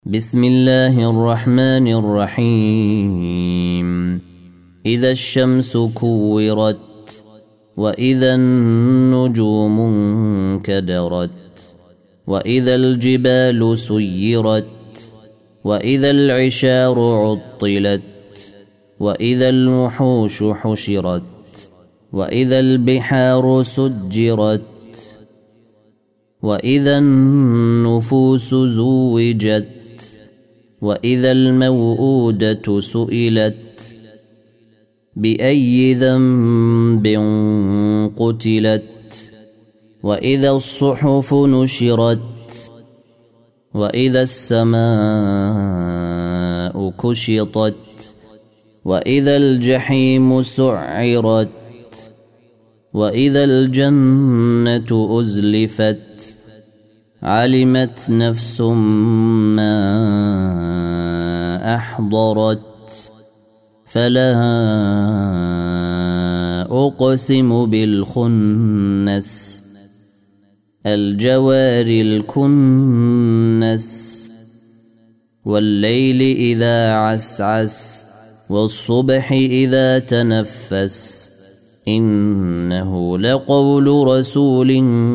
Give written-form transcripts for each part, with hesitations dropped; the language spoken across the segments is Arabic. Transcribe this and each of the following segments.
بسم الله الرحمن الرحيم إذا الشمس كورت وإذا النجوم انكدرت وإذا الجبال سيرت وإذا العشار عطلت وإذا الوحوش حشرت وإذا البحار سجرت وإذا النفوس زوجت وإذا الموءودة سئلت بأي ذنب قتلت وإذا الصحف نشرت وإذا السماء كشطت وإذا الجحيم سعرت وإذا الجنة أزلفت علمت نفس ما أحضرت فلا أقسم بالخنس الجوار الكنس والليل إذا عسعس والصبح إذا تنفس إنه لقول رسول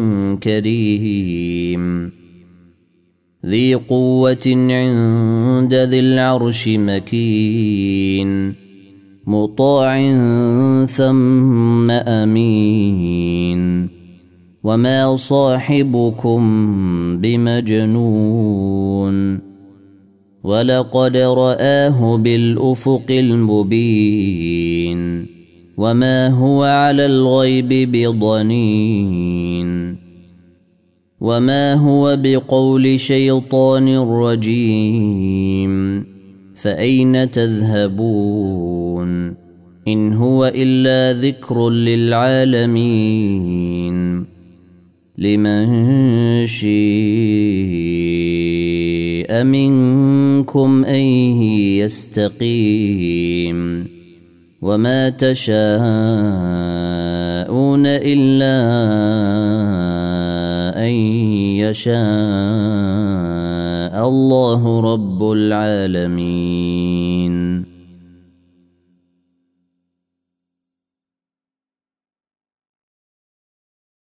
كريم ذي قوة عند ذي العرش مكين مطاع ثم أمين وما صاحبكم بمجنون ولقد رآه بالأفق المبين وما هو على الغيب بضنين وما هو بقول شيطان رجيم فأين تذهبون إن هو إلا ذكر للعالمين لمن شاء منكم أن يستقيم وما تشاءون إلا أن يشاء الله رب العالمين.